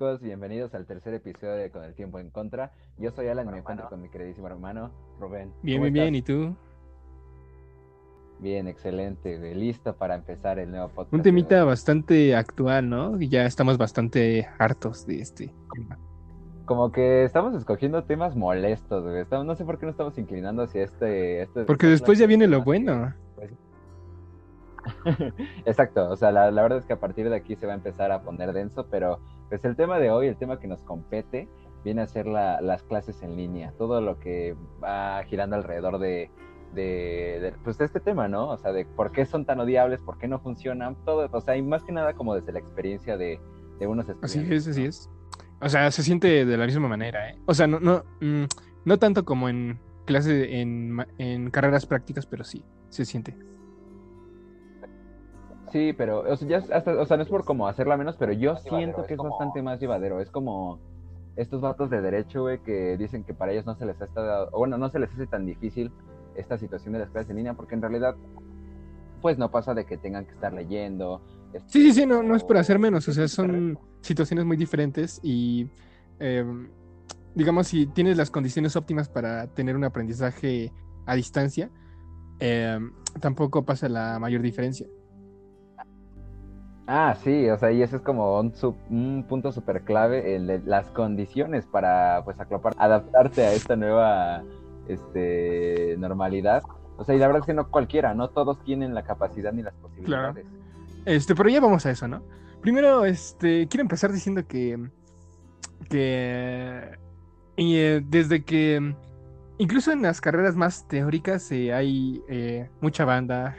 chicos, bienvenidos al tercer episodio de Con el Tiempo en Contra. Yo soy Alan y me encuentro con mi queridísimo hermano Rubén. Bien, ¿Cómo bien, estás? bien. ¿Y tú? Bien, excelente, güey. Listo para empezar el nuevo Un podcast temita bastante actual, ¿no? Y ya estamos bastante hartos de este tema. Como que estamos escogiendo temas molestos, güey. No sé por qué no estamos inclinando hacia Porque esta después clase ya de viene lo temas que, bueno. pues, exacto, o sea, la verdad es que a partir de aquí se va a empezar a poner denso, pero pues el tema de hoy, el tema que nos compete, viene a ser las clases en línea, todo lo que va girando alrededor pues de este tema, ¿no? O sea, de por qué son tan odiables, por qué no funcionan, todo, o sea, y más que nada como desde la experiencia de unos Así estudiantes, es, así ¿no? es. O sea, se siente de la misma manera, ¿eh? O sea, no tanto como en clase, en carreras prácticas, pero sí, se siente. Sí, pero, o sea, o sea, no es por como hacerla menos, pero yo siento que es bastante más llevadero, es como estos vatos de derecho, güey, que dicen que para ellos no se les o bueno, no se les hace tan difícil esta situación de las clases en línea, porque en realidad, pues no pasa de que tengan que estar leyendo, Sí, sí, sí, no es por hacer o menos. O sí, sea, pues súper. son situaciones muy diferentes y, eh, digamos, si tienes las condiciones óptimas para tener un aprendizaje a distancia, eh, tampoco pasa la mayor diferencia. Ah, sí, o sea, y ese es como un punto súper clave, el de las condiciones para, pues, adaptarte a esta nueva, normalidad. O sea, y la verdad es que no cualquiera, no todos tienen la capacidad ni las Claro. posibilidades. Pero ya vamos a eso, ¿no? Primero, quiero empezar diciendo que desde que incluso en las carreras más teóricas hay mucha banda,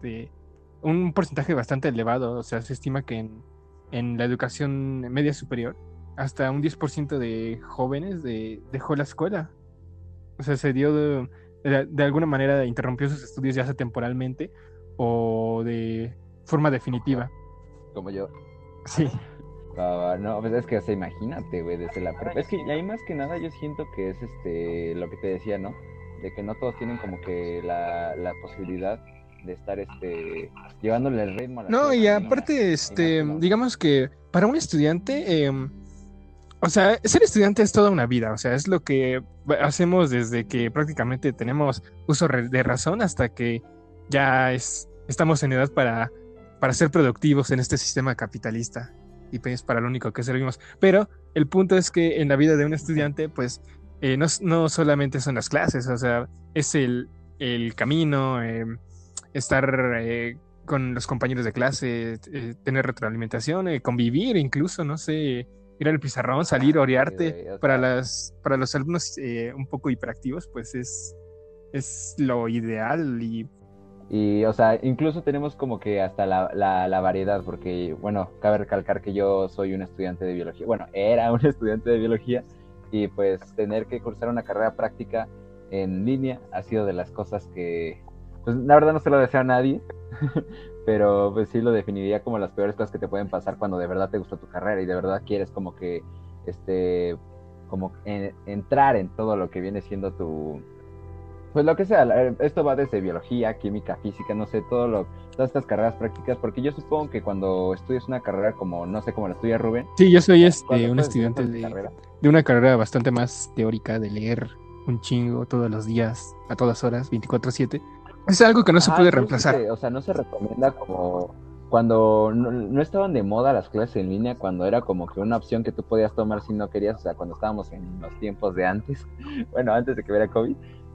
un porcentaje bastante elevado. O sea, se estima que en la educación media superior hasta un 10% de jóvenes dejó la escuela. O sea, se dio de alguna manera, interrumpió sus estudios ya sea temporalmente o de forma definitiva. Como yo. Sí. No, pues es que, o sea, imagínate, güey, desde la prepa. Es que ahí más que nada yo siento que es lo que te decía, ¿no? De que no todos tienen como que la posibilidad de estar llevándole el ritmo a las No, clases y en línea. aparte, Y más que nada. digamos que para un estudiante, o sea, ser estudiante es toda una vida. O sea, es lo que hacemos desde que prácticamente tenemos uso de razón hasta que ya estamos en edad para ser productivos en este sistema capitalista. Y pues para lo único que servimos. Pero el punto es que en la vida de un estudiante, pues, no solamente son las clases, o sea, es el camino, estar con los compañeros de clase, tener retroalimentación, convivir incluso, no sé, ir al pizarrón, salir, Sí, orearte. güey, o Para sea, para los alumnos un poco hiperactivos, pues es lo ideal. y, o sea, incluso tenemos como que hasta la variedad, porque, bueno, cabe recalcar que yo soy un estudiante de biología, bueno, era un estudiante de biología, y pues tener que cursar una carrera práctica en línea ha sido de las cosas que, pues la verdad no se lo deseo a nadie, pero pues sí lo definiría como las peores cosas que te pueden pasar cuando de verdad te gustó tu carrera y de verdad quieres como que, este, entrar en todo lo que viene siendo pues lo que sea, esto va desde biología, química, física, no sé, todas estas carreras prácticas, porque yo supongo que cuando estudias una carrera como, no sé, como la estudia Rubén, Sí, yo soy ¿cuál, un cuál es estudiante tu carrera? de una carrera bastante más teórica, de leer un chingo todos los días, a todas horas, 24/7. Es algo que no se Ajá, puede incluso reemplazar. o sea, no se recomienda como cuando no estaban de moda las clases en línea, cuando era como que una opción que tú podías tomar si no querías, o sea, cuando estábamos en los tiempos de antes, bueno, antes de que hubiera COVID,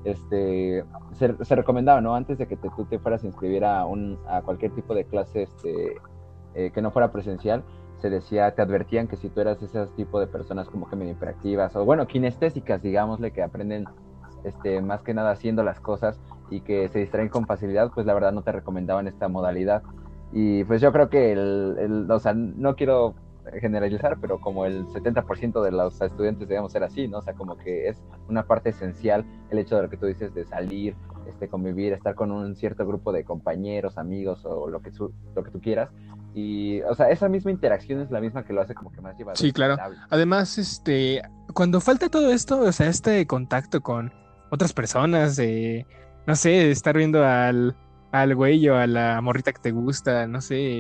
se recomendaba, ¿no? Antes de que tú te fueras a inscribir a cualquier tipo de clase, que no fuera presencial, se decía, te advertían que si tú eras ese tipo de personas como que medio hiperactivas, o bueno, kinestésicas, digámosle, que aprenden, más que nada haciendo las cosas, y que se distraen con facilidad, pues la verdad no te recomendaban esta modalidad. Y pues yo creo que o sea, no quiero generalizar, pero como el 70% de los estudiantes debemos ser así, ¿no? O sea, como que es una parte esencial el hecho de lo que tú dices, de salir, convivir, estar con un cierto grupo de compañeros, amigos o lo que tú quieras. Y, o sea, esa misma interacción es la misma que lo hace como que más llevadero Sí, y claro. tolerable. Además, cuando falta todo esto, o sea, este contacto con otras personas, no sé, estar viendo al güey o a la morrita que te gusta, no sé,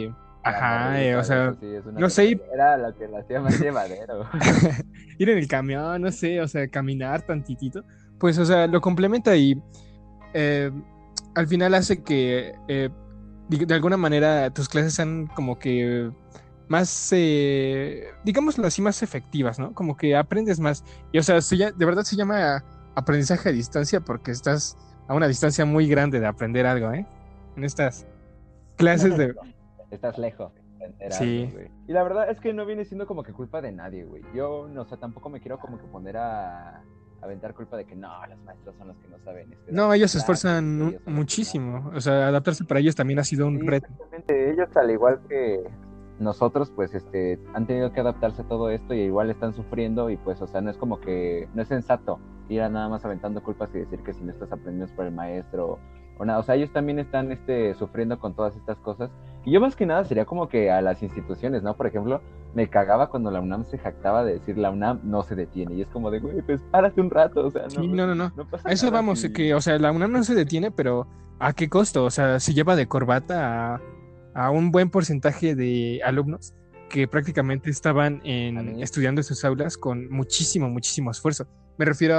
la Ajá, o morrita, sea, eso sí, es una no sé, tortura. Era lo que lo hacía más llevadero. ir en el camión, no sé, o sea, caminar tantitito, pues, o sea, lo complementa y eh, al final hace que de alguna manera tus clases sean como que más, digámoslo así, más efectivas, ¿no? Como que aprendes más. Y o sea, de verdad se llama aprendizaje a distancia porque estás a una distancia muy grande de aprender algo, ¿eh? En estas clases de... Estás lejos de aprender algo, Sí. güey. Y la verdad es que no viene siendo como que culpa de nadie, güey. Yo, no, o sea, tampoco me quiero como que poner a aventar culpa de que no, los maestros son los que no saben dar No, sus ellos se clases y esfuerzan que ellos son los que no. muchísimo. O sea, adaptarse para ellos también ha sido un Sí, reto. exactamente. Ellos, al igual que nosotros, pues, han tenido que adaptarse a todo esto y igual están sufriendo y pues, o sea, no es como que, no es sensato ir a nada más aventando culpas y decir que si no estás aprendiendo es por el maestro o nada. O sea, ellos también están, sufriendo con todas estas cosas. Y yo más que nada sería como que a las instituciones, ¿no? Por ejemplo, me cagaba cuando la UNAM se jactaba de decir la UNAM no se detiene. Y es como de, güey, pues párate un rato, o sea, Sí, no. no pasa A eso nada vamos, si... que, o sea, la UNAM no se detiene, pero ¿a qué costo? O sea, se lleva de corbata a un buen porcentaje de alumnos que prácticamente estaban A mí, estudiando en sus aulas con muchísimo esfuerzo. Me refiero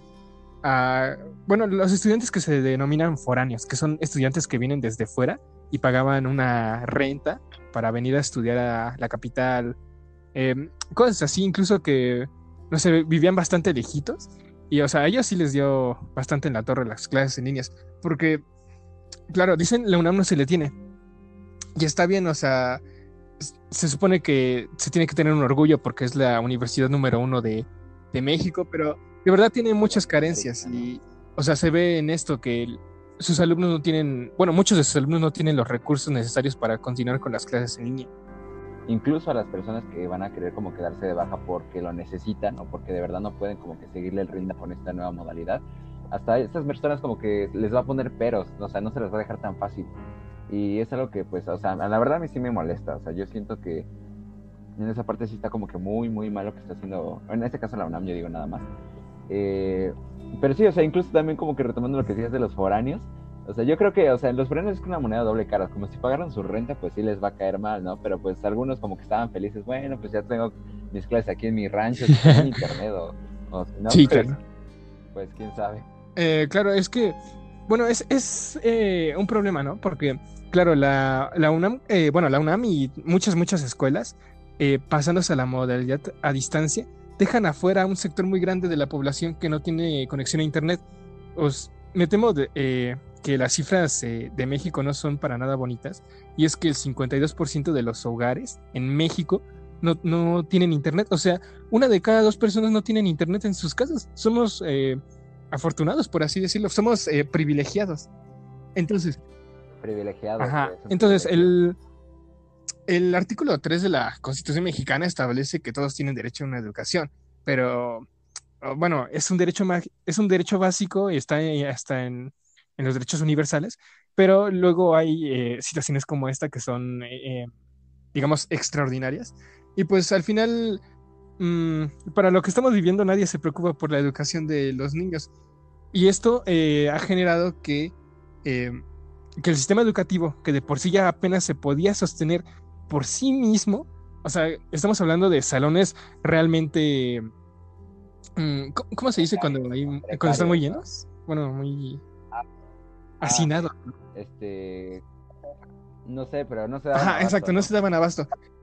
a, bueno, los estudiantes que se denominan foráneos, que son estudiantes que vienen desde fuera y pagaban una renta para venir a estudiar a la capital, cosas así, incluso que, no sé, vivían bastante lejitos. Y, o sea, a ellos sí les dio bastante en la torre las clases en líneas, porque, claro, dicen la UNAM no se le tiene. Y está bien, o sea, se supone que se tiene que tener un orgullo porque es la universidad número uno de México, pero de verdad tiene de muchas carencias Latinoamérica, ¿no? y, o sea, se ve en esto que sus alumnos no tienen, bueno, muchos de sus alumnos no tienen los recursos necesarios para continuar con las clases en línea. Incluso a las personas que van a querer como quedarse de baja porque lo necesitan o porque de verdad no pueden como que seguirle el ritmo con esta nueva modalidad, hasta estas personas como que les va a poner peros, o sea, no se les va a dejar tan fácil. Y es algo que, pues, o sea, la verdad a mí sí me molesta, o sea, yo siento que en esa parte sí está como que muy mal lo que está haciendo, en este caso la UNAM, yo digo nada más. Eh, pero sí, o sea, incluso también como que retomando lo que decías de los foráneos, o sea, yo creo que, o sea, los foráneos es una moneda doble cara, como si pagaran su renta, pues sí les va a caer mal, ¿no? Pero pues algunos como que estaban felices, bueno, pues ya tengo mis clases aquí en mi rancho, si tenía internet, o si no, Sí, pues, claro. pues quién sabe. Claro, es que, bueno, es un problema, ¿no? Porque, claro, la UNAM, bueno, la UNAM y muchas escuelas, pasándose a la modalidad a distancia, dejan afuera a un sector muy grande de la población que no tiene conexión a Internet. Me temo que las cifras de México no son para nada bonitas, y es que el 52% de los hogares en México no tienen Internet. O sea, una de cada dos personas no tienen Internet en sus casas. Somos... afortunados, por así decirlo, somos privilegiados. Entonces, Privilegiados, ajá, güey, es un entonces privilegio. el artículo 3 de la Constitución mexicana establece que todos tienen derecho a una educación, pero bueno, es un derecho básico y está hasta en los derechos universales, pero luego hay situaciones como esta que son, digamos, extraordinarias. Y pues al final, para lo que estamos viviendo, nadie se preocupa por la educación de los niños. Y esto ha generado eh, que el sistema educativo, que de por sí ya apenas se podía sostener por sí mismo, o sea, estamos hablando de salones realmente, ¿cómo se dice cuando están muy Precarios, ¿no? llenos? Bueno, muy Ah, hacinados. este, no sé, pero no se daban Ajá, abasto, exacto, no ¿no? se daban abasto.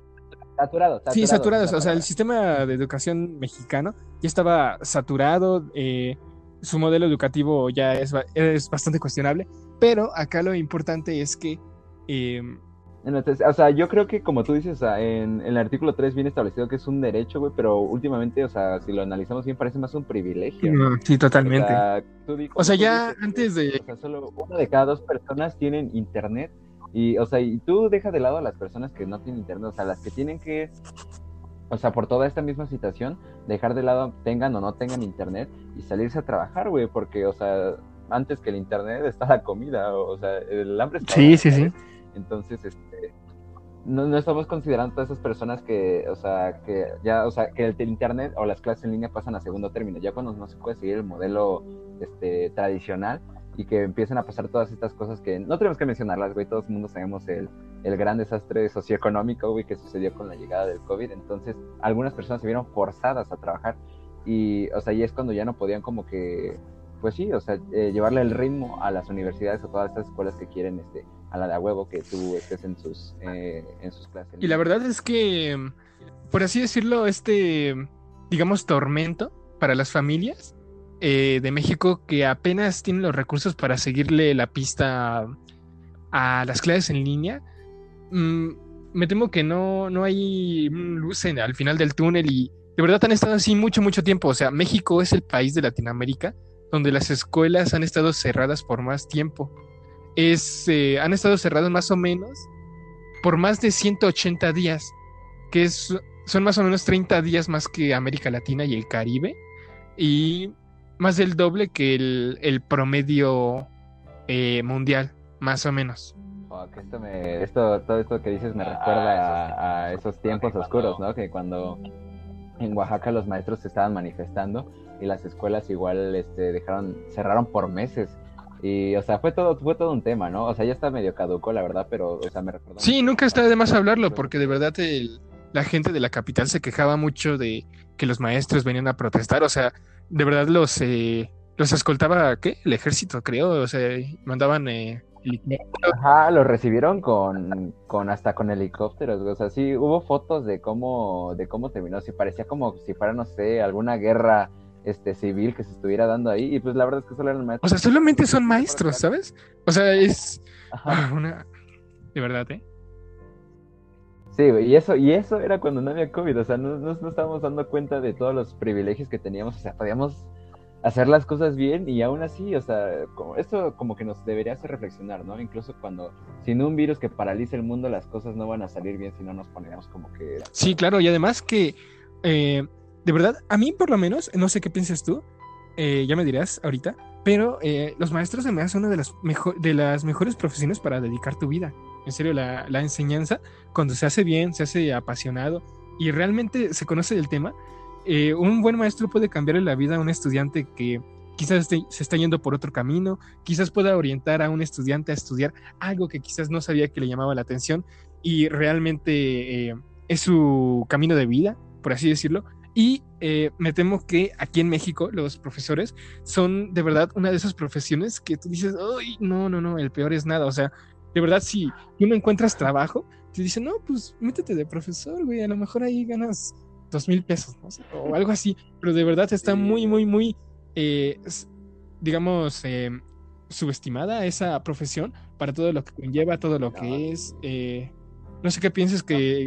Sí, Saturados es saturados. la O sea, el palabra. sistema de educación mexicano ya estaba saturado. Su modelo educativo ya es bastante cuestionable. Pero acá lo importante es que eh, Entonces, o sea, yo creo que como tú dices, o sea, en el artículo 3 viene establecido que es un derecho, güey, pero últimamente, o sea, si lo analizamos bien, parece más un privilegio, ¿no? sí, O totalmente. sea, O como sea, tú ya dices, antes de... o sea, solo una de cada dos personas tienen internet y, o sea, y tú dejas de lado a las personas que no tienen internet, o sea, las que tienen que, o sea, por toda esta misma situación, dejar de lado, tengan o no tengan internet y salirse a trabajar, güey, porque, o sea, antes que el internet está la comida, o sea, el hambre es Sí, cabrón, sí, sí. ¿sabes? Entonces, no estamos considerando todas esas personas que, o sea, que ya, o sea, que el internet o las clases en línea pasan a segundo término, ya cuando no se puede seguir el modelo tradicional, y que empiezan a pasar todas estas cosas que no tenemos que mencionarlas, güey, todos el mundo sabemos el gran desastre socioeconómico, güey, que sucedió con la llegada del COVID. Entonces algunas personas se vieron forzadas a trabajar y, o sea, y es cuando ya no podían como que, pues sí, o sea, llevarle el ritmo a las universidades o todas estas escuelas que quieren, a la de a huevo que tú estés en sus clases. Y la verdad es que, por así decirlo, digamos, tormento para las familias de México que apenas tienen los recursos para seguirle la pista a las clases en línea, me temo que no hay luz al final del túnel y de verdad han estado así mucho, mucho tiempo. O sea, México es el país de Latinoamérica donde las escuelas han estado cerradas por más tiempo. Han estado cerradas más o menos por más de 180 días, que son más o menos 30 días más que América Latina y el Caribe, y más del doble que el promedio mundial, más o menos. Oh, que todo esto que dices me recuerda a esos tiempos oscuros, ¿no? Que cuando en Oaxaca los maestros se estaban manifestando y las escuelas igual cerraron por meses. Y, o sea, fue todo un tema, ¿no? O sea, ya está medio caduco, la verdad, pero, o sea, me recuerda. Sí, nunca está de más hablarlo, porque de verdad la gente de la capital se quejaba mucho de que los maestros venían a protestar. O sea, de verdad los escoltaba, ¿qué? El ejército, creo. O sea, mandaban Ajá, los recibieron hasta con helicópteros, o sea, sí, hubo fotos de cómo terminó, sí, parecía como si fuera, no sé, alguna guerra civil que se estuviera dando ahí, y pues la verdad es que solo eran maestros. O sea, solamente son maestros, ¿sabes? O sea, es una... De verdad, ¿eh? Sí, güey, y eso era cuando no había COVID, o sea, no estábamos dando cuenta de todos los privilegios que teníamos, o sea, podíamos hacer las cosas bien y aún así, o sea, esto como que nos debería hacer reflexionar, ¿no? Incluso cuando sin un virus que paralice el mundo, las cosas no van a salir bien si no nos ponemos como que... Sí, claro, y además que, de verdad, a mí por lo menos, no sé qué piensas tú, ya me dirás ahorita, pero los maestros se me hacen una de las mejores profesiones para dedicar tu vida. En serio, la enseñanza, cuando se hace bien, se hace apasionado y realmente se conoce del tema, un buen maestro puede cambiarle la vida a un estudiante que quizás se está yendo por otro camino, quizás pueda orientar a un estudiante a estudiar algo que quizás no sabía que le llamaba la atención y realmente es su camino de vida, por así decirlo. Y me temo que aquí en México los profesores son de verdad una de esas profesiones que tú dices, ¡ay, no, el peor es nada! O sea, de verdad, si tú no encuentras trabajo, te dicen, no, pues métete de profesor, güey, a lo mejor ahí ganas 2,000 pesos, ¿no? O algo así, pero de verdad está muy, muy, muy, digamos, subestimada esa profesión para todo lo que conlleva, todo lo que es. No sé qué pienses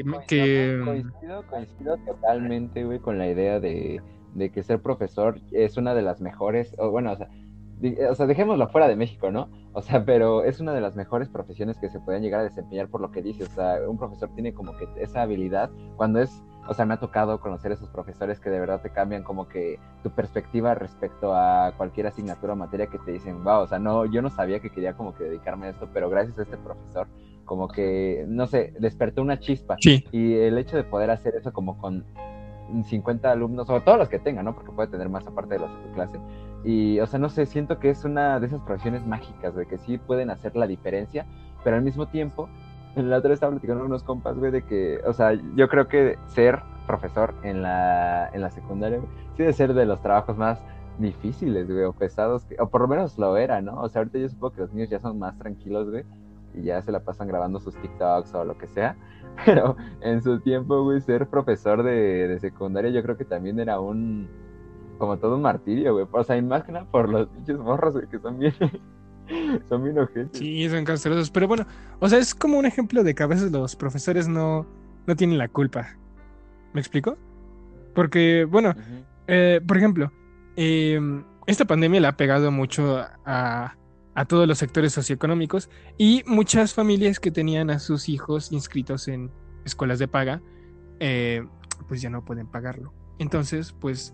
Coincido totalmente, güey, con la idea de que ser profesor es una de las mejores, o bueno, o sea, dejémoslo fuera de México, ¿no? O sea, pero es una de las mejores profesiones que se pueden llegar a desempeñar por lo que dices. O sea, un profesor tiene como que esa habilidad cuando o sea, me ha tocado conocer esos profesores que de verdad te cambian como que tu perspectiva respecto a cualquier asignatura o materia que te dicen, wow, o sea, no, yo no sabía que quería como que dedicarme a esto, pero gracias a este profesor, como que, no sé, despertó una chispa. Sí. Y el hecho de poder hacer eso como con 50 alumnos, o todos los que tengan, ¿no? Porque puede tener más aparte de los de tu clase. Y, o sea, no sé, siento que es una de esas profesiones mágicas, de que sí pueden hacer la diferencia, pero al mismo tiempo, la otra vez estaba platicando con unos compas, güey, de que, o sea, yo creo que ser profesor en la secundaria, güey, sí debe ser de los trabajos más difíciles, güey, o pesados, o por lo menos lo era, ¿no? O sea, ahorita yo supongo que los niños ya son más tranquilos, güey, y ya se la pasan grabando sus TikToks o lo que sea, pero en su tiempo, güey, ser profesor de secundaria yo creo que también era como todo un martirio, güey, o sea, y más que nada por los pinches morros, güey, que son bien ojetes. Sí, son castrosos, pero bueno, o sea, es como un ejemplo de que a veces los profesores no tienen la culpa. ¿Me explico? Porque, bueno, por ejemplo, esta pandemia le ha pegado mucho a todos los sectores socioeconómicos y muchas familias que tenían a sus hijos inscritos en escuelas de paga, pues ya no pueden pagarlo. Entonces, pues...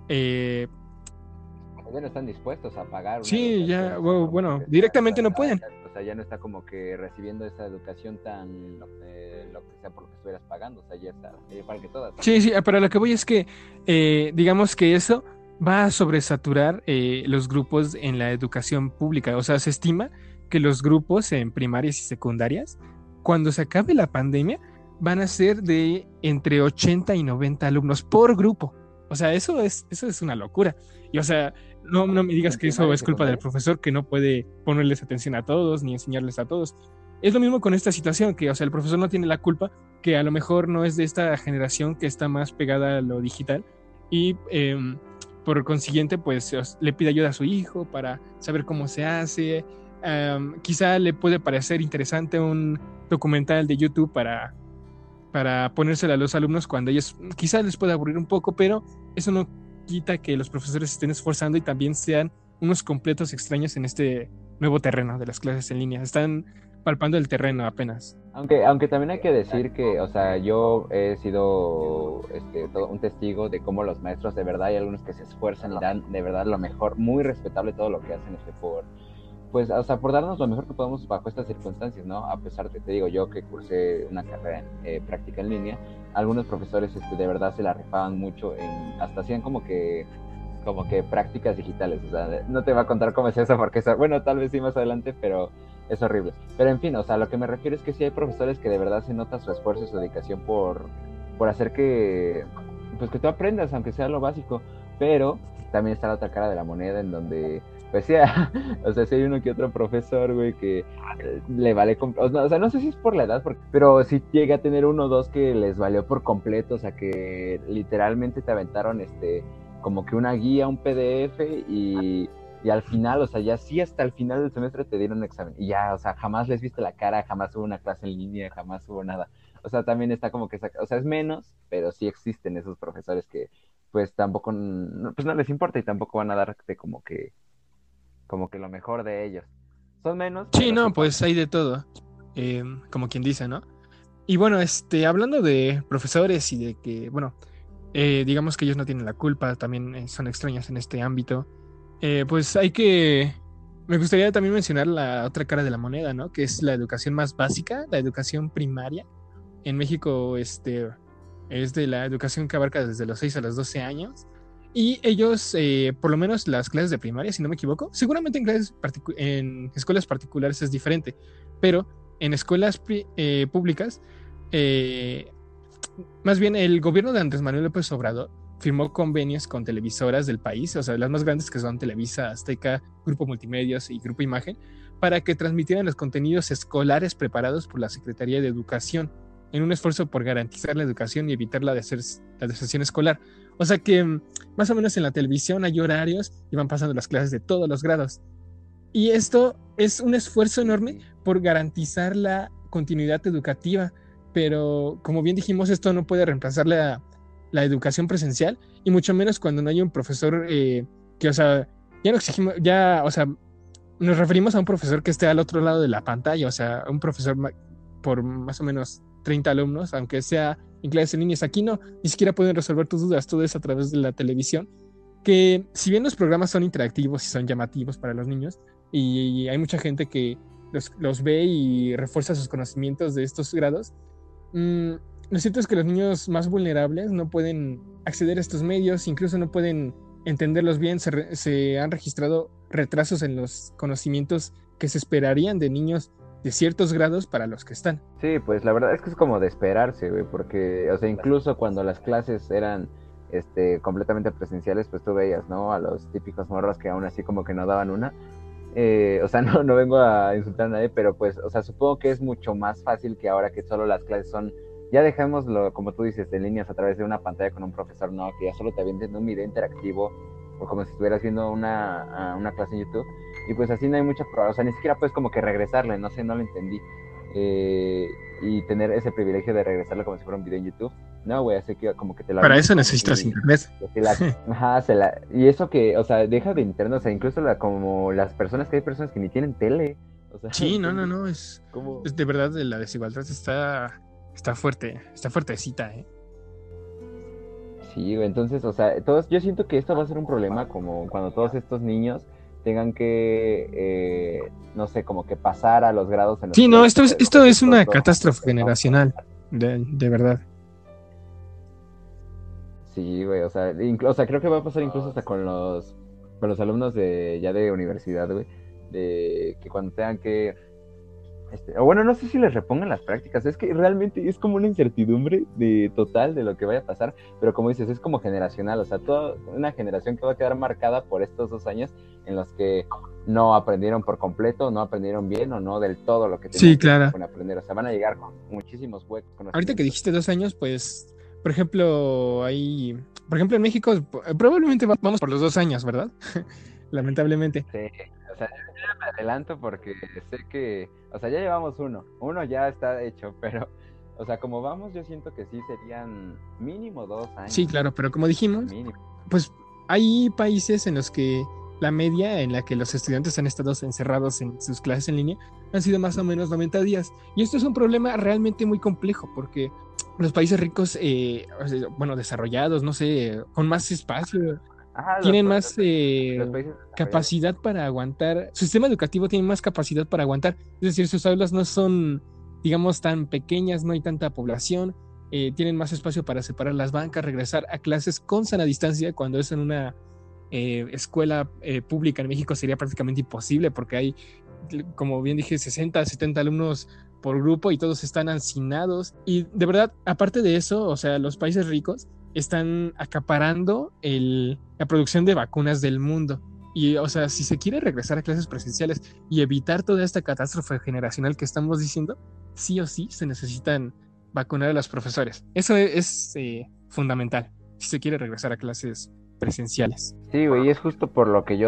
ya no están dispuestos a pagar. Sí, ya, bueno, directamente no pueden. O sea, ya no está como que recibiendo esa educación tan, lo que sea por lo que estuvieras pagando, o sea, ya está igual que todas. Sí, pero lo que voy es que, digamos que eso va a sobresaturar los grupos en la educación pública. O sea, se estima que los grupos en primarias y secundarias, cuando se acabe la pandemia, van a ser de entre 80 y 90 alumnos por grupo. O sea, eso es una locura. Y o sea, no me digas ¿En que eso primaria y es culpa del secundaria? profesor que no puede ponerles atención a todos ni enseñarles a todos. Es lo mismo con esta situación, que o sea, el profesor no tiene la culpa, que a lo mejor no es de esta generación que está más pegada a lo digital y por consiguiente pues le pide ayuda a su hijo para saber cómo se hace. Quizá le puede parecer interesante un documental de YouTube para ponérsela a los alumnos cuando ellos quizá les pueda aburrir un poco, pero eso no quita que los profesores se estén esforzando y también sean unos completos extraños en este nuevo terreno de las clases en línea. Están palpando el terreno apenas. Aunque también hay que decir que, o sea, yo he sido todo un testigo de cómo los maestros de verdad hay algunos que se esfuerzan y dan de verdad lo mejor, muy respetable todo lo que hacen pues, o sea, por darnos lo mejor que podemos bajo estas circunstancias, ¿no? A pesar de, te digo, yo que cursé una carrera en práctica en línea, algunos profesores de verdad se la rifaban mucho, hasta hacían como que prácticas digitales, o sea, no te va a contar cómo es eso, porque bueno, tal vez sí más adelante, pero es horrible. Pero en fin, o sea, lo que me refiero es que sí hay profesores que de verdad se nota su esfuerzo y su dedicación por hacer pues que tú aprendas, aunque sea lo básico, pero también está la otra cara de la moneda en donde pues sí, o sea, sí hay uno que otro profesor, güey, que le vale, o sea, no sé si es por la edad, pero sí llega a tener uno o dos que les valió por completo, o sea, que literalmente te aventaron, como que una guía, un PDF y al final, o sea, ya sí hasta el final del semestre te dieron un examen y ya, o sea, jamás les viste la cara, jamás hubo una clase en línea, jamás hubo nada. O sea, también está como que, o sea, es menos, pero sí existen esos profesores que pues tampoco, pues no les importa y tampoco van a darte como que lo mejor de ellos. Son menos, Sí, pero sí no, pasa. pues hay de todo, como quien dice, ¿no? Y bueno, hablando de profesores y de que, bueno, digamos que ellos no tienen la culpa, también son extraños en este ámbito, pues me gustaría también mencionar la otra cara de la moneda, ¿no? Que es la educación más básica, la educación primaria. En México, es de la educación que abarca desde los 6 a los 12 años. Y ellos, por lo menos las clases de primaria, si no me equivoco, seguramente en escuelas particulares es diferente, pero en escuelas públicas, eh, más bien el gobierno de Andrés Manuel López Obrador firmó convenios con televisoras del país, o sea, las más grandes que son Televisa, Azteca, Grupo Multimedios y Grupo Imagen, para que transmitieran los contenidos escolares preparados por la Secretaría de Educación en un esfuerzo por garantizar la educación y evitar la deserción escolar. O sea que más o menos en la televisión hay horarios y van pasando las clases de todos los grados. Y esto es un esfuerzo enorme Sí. por garantizar la continuidad educativa, pero como bien dijimos, esto no puede reemplazar la educación presencial y mucho menos cuando no hay un profesor que, o sea, ya no exigimos, ya, o sea, nos referimos a un profesor que esté al otro lado de la pantalla, o sea, un profesor por más o menos 30 alumnos, aunque sea en clases en líneas. Aquí no, ni siquiera pueden resolver tus dudas, todo es a través de la televisión, que si bien los programas son interactivos y son llamativos para los niños, y hay mucha gente que los ve y refuerza sus conocimientos de estos grados, lo cierto es que los niños más vulnerables no pueden acceder a estos medios, incluso no pueden entenderlos bien. Se han registrado retrasos en los conocimientos que se esperarían de niños de ciertos grados para los que están. Sí, pues la verdad es que es como de esperarse, güey, porque, o sea, incluso cuando las clases eran, completamente presenciales, pues tú veías, ¿no? A los típicos morros que aún así como que no daban una. O sea, no vengo a insultar a nadie, pero pues, o sea, supongo que es mucho más fácil que ahora que solo las clases son, ya dejémoslo, como tú dices, en líneas a través de una pantalla con un profesor, no, que ya solo te avienten un video interactivo o como si estuvieras viendo una clase en YouTube. Y pues así no hay mucha prueba, o sea, ni siquiera puedes como que regresarle, no sé, no lo entendí. Y tener ese privilegio de regresarlo como si fuera un video en YouTube. No, güey, así que como que te lo Para eso avientan necesitas internet. ajá, y eso que, o sea, deja de internet, o sea, incluso como las personas, que hay personas que ni tienen tele, o sea, Sí, no, entonces, no, ¿cómo? es de verdad la desigualdad está fuerte, está fuertecita, ¿eh? Sí, güey, entonces, o sea, yo siento que esto va a ser un problema como cuando todos estos niños tengan que, no sé, como que pasar a los grados en los Sí, que ya no, les toca esto después es estos una dos catástrofe semestres, ¿no? generacional, de verdad. Sí, güey, o sea, creo que va a pasar incluso hasta con los alumnos de ya de universidad, güey, de que cuando tengan que, o bueno, no sé si les repongan las prácticas, es que realmente es como una incertidumbre de total de lo que vaya a pasar, pero como dices, es como generacional, o sea, toda una generación que va a quedar marcada por estos 2 años en los que no aprendieron por completo, no aprendieron bien o no del todo lo que tenían Sí, que claro. aprender, o sea, van a llegar con muchísimos huecos, Ahorita que conocimientos. dijiste 2 años, pues, por ejemplo, por ejemplo, en México probablemente vamos por los 2 años, ¿verdad? Lamentablemente. Sí, o sea, yo ya me adelanto porque sé que, o sea, ya llevamos uno ya está hecho, pero, o sea, como vamos, yo siento que sí serían mínimo Sí, 2 años, claro, pero como dijimos, mínimo. pues hay países en los que la media en la que los estudiantes han estado encerrados en sus clases en línea han sido más o menos 90 días. Y esto es un problema realmente muy complejo porque los países ricos, o sea, bueno, desarrollados, no sé, con más espacio, Ajá, tienen más los países desarrollados. capacidad para aguantar, su sistema educativo tiene más capacidad para aguantar, es decir, sus aulas no son, digamos, tan pequeñas, no hay tanta población, tienen más espacio para separar las bancas, regresar a clases con sana distancia, cuando es en una escuela pública en México sería prácticamente imposible porque hay, como bien dije, 60, 70 alumnos por grupo y todos están hacinados. Y de verdad, aparte de eso, o sea, los países ricos están acaparando la producción de vacunas del mundo. Y, o sea, si se quiere regresar a clases presenciales y evitar toda esta catástrofe generacional que estamos diciendo, sí o sí se necesitan vacunar a los profesores. Eso es fundamental si se quiere regresar a clases presenciales. Sí, güey, y es justo por lo que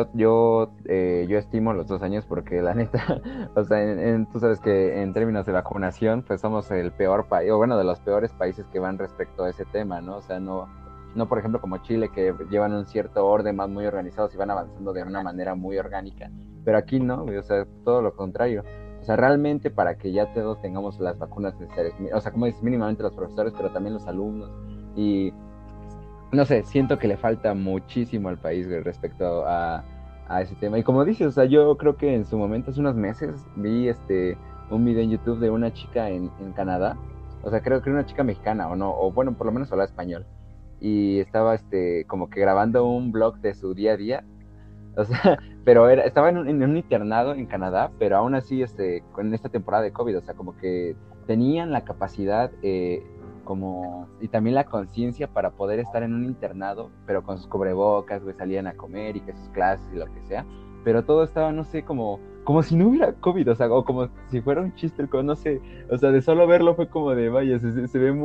yo estimo los 2 años, porque la neta, o sea, tú sabes que en términos de vacunación, pues somos el peor país, o bueno, de los peores países que van respecto a ese tema, ¿no? O sea, no por ejemplo como Chile, que llevan un cierto orden más muy organizados y van avanzando de una manera muy orgánica, pero aquí no, güey, o sea, todo lo contrario. O sea, realmente para que ya todos tengamos las vacunas necesarias, o sea, como dices, mínimamente los profesores, pero también los alumnos, y no sé, siento que le falta muchísimo al país, güey, respecto a ese tema. Y como dices, o sea, yo creo que en su momento, hace unos meses, vi un video en YouTube de una chica en Canadá. O sea, creo que era una chica mexicana, o no, o bueno, por lo menos hablaba español. Y estaba como que grabando un blog de su día a día. O sea, pero estaba en un internado en Canadá, pero aún así, con esta temporada de COVID, o sea, como que tenían la capacidad, y también la conciencia para poder estar en un internado, pero con sus cubrebocas, güey, salían a comer y que sus clases y lo que sea, pero todo estaba, no sé, como si no hubiera COVID, o sea, o como si fuera un chiste, no sé, o sea, de solo verlo fue como de, vaya, se ve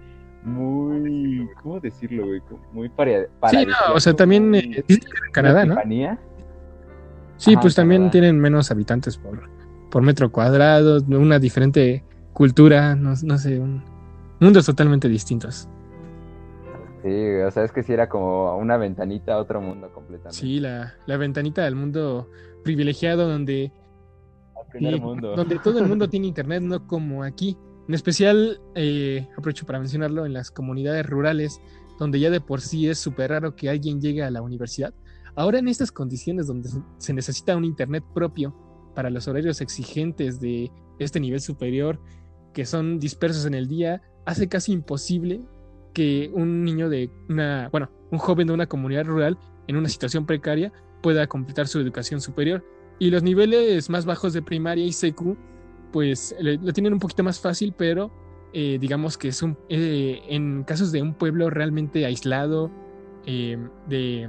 muy, ¿cómo decirlo, güey? Muy Sí, no, o sea, paradisíaco, también dicen que en una Canadá, ¿no? epifanía. Sí, Ajá, en pues también Canadá. tienen menos habitantes por metro cuadrado, una diferente cultura, no, no sé, mundos totalmente distintos. Sí, o sea, es que sí era como una ventanita a otro mundo Sí, completamente. la ventanita del mundo privilegiado Al primer mundo. donde todo el mundo tiene internet, no como aquí. En especial, aprovecho para mencionarlo, en las comunidades rurales, donde ya de por sí es súper raro que alguien llegue a la universidad. Ahora en estas condiciones donde se necesita un internet propio para los horarios exigentes de este nivel superior, que son dispersos en el día, hace casi imposible que un niño bueno, un joven de una comunidad rural en una situación precaria pueda completar su educación superior. Y los niveles más bajos de primaria y secu, pues lo tienen un poquito más fácil, pero digamos que en casos de un pueblo realmente aislado, eh, de,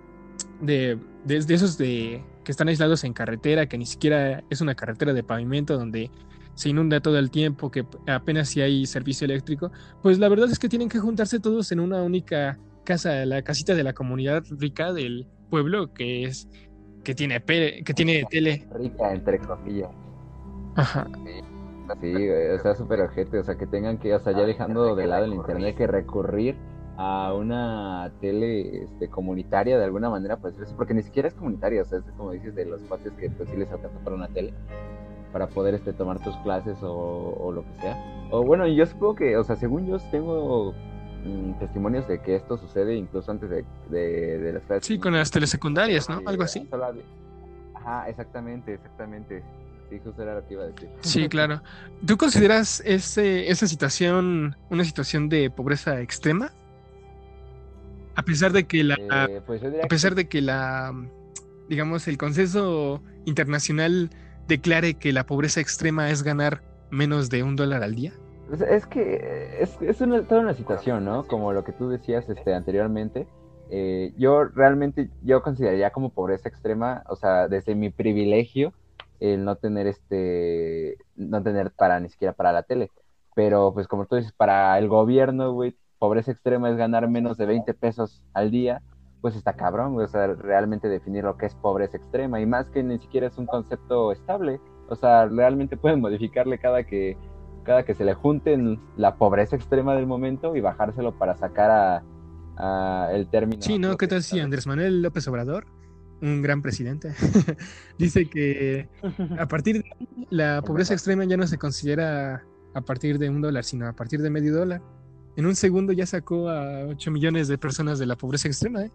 de esos que están aislados en carretera, que ni siquiera es una carretera de pavimento donde se inunda todo el tiempo, que apenas si hay servicio eléctrico, pues la verdad es que tienen que juntarse todos en una única casa, la casita de la comunidad rica del pueblo, que tiene tele. Rica, entre comillas. Ajá. Sí, güey, o sea, súper ojete, o sea, que tengan que, o sea, ya dejando de lado el internet, que recurrir a una tele comunitaria de alguna manera, pues, porque ni siquiera es comunitaria, o sea, es como dices de los cuates que pues sí les alcanza para una tele, para poder tomar tus clases o lo que sea. O bueno, yo supongo que, o sea, según yo tengo testimonios de que esto sucede incluso antes de las clases Sí, en con línea. las telesecundarias, ¿no? Que Algo así. solo ajá, exactamente, exactamente. Sí, justo era lo que iba a decir. Sí, claro. ¿Tú consideras esa situación una situación de pobreza extrema? A pesar de que Pues yo a diría que pesar de que digamos, el consenso internacional declare que la pobreza extrema es ganar menos de $1 al día. es que es toda una situación, ¿no? Como lo que tú decías anteriormente. Yo realmente, yo consideraría como pobreza extrema, o sea, desde mi privilegio, el no tener no tener para ni siquiera para la tele. Pero pues como tú dices, para el gobierno, güey, pobreza extrema es ganar menos de 20 pesos al día, pues está cabrón, güey, o sea, realmente definir lo que es pobreza extrema, y más que ni siquiera es un concepto estable, o sea, realmente pueden modificarle cada que se le junten la pobreza extrema del momento y bajárselo para sacar a el término Sí, a ¿no? ¿Qué flote, tal si ¿sabes? Andrés Manuel López Obrador, un gran presidente, dice que a partir de la El pobreza mejor. extrema ya no se considera a partir de $1, sino a partir de $0.50? En un segundo ya sacó a 8 millones de personas de la pobreza extrema, ¿eh?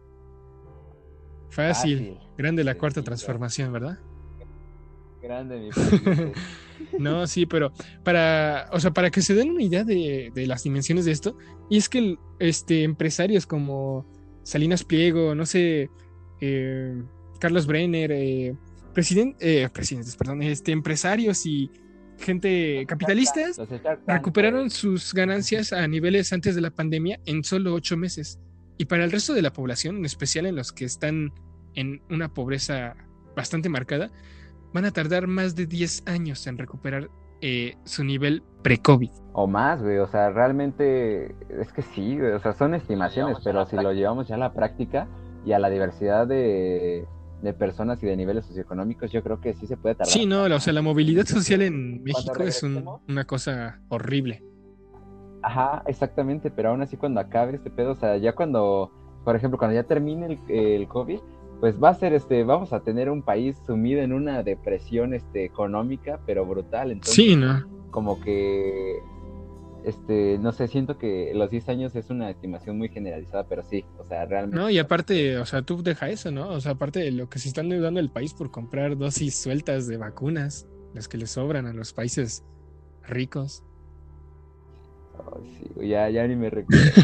Fácil. Fácil. Grande la Pues cuarta sí, transformación, ¿verdad? grande mi presidente. No, sí, pero o sea, para que se den una idea de las dimensiones de esto, y es que empresarios como Salinas Pliego, no sé, eh, Carlos Brenner, presidentes, perdón, empresarios y gente capitalistas Los Shark Tank, recuperaron pues. sus ganancias a niveles antes de la pandemia en solo 8 meses. Y para el resto de la población, en especial en los que están en una pobreza bastante marcada, van a tardar más de 10 años en recuperar su nivel pre-COVID. O más, güey, o sea, realmente es que sí, güey, o sea, son estimaciones, pero si lo llevamos ya a la práctica y a la diversidad de personas y de niveles socioeconómicos, yo creo que sí se puede tardar Sí, no, hasta o más. sea, la movilidad social en Cuando México es regresemos, una cosa horrible. ajá, exactamente, pero aún así cuando acabe este pedo, o sea, ya cuando, por ejemplo, cuando ya termine el COVID, pues va a ser, vamos a tener un país sumido en una depresión, económica, pero brutal. Sí, Entonces, ¿no? como que, no sé, siento que los 10 años es una estimación muy generalizada, pero sí, o sea, realmente No, y va a suceder. aparte, o sea, tú deja eso, ¿no? O sea, aparte de lo que se están deudando el país por comprar dosis sueltas de vacunas, las que le sobran a los países ricos. Oh, sí, güey, ya ni me recuerdo.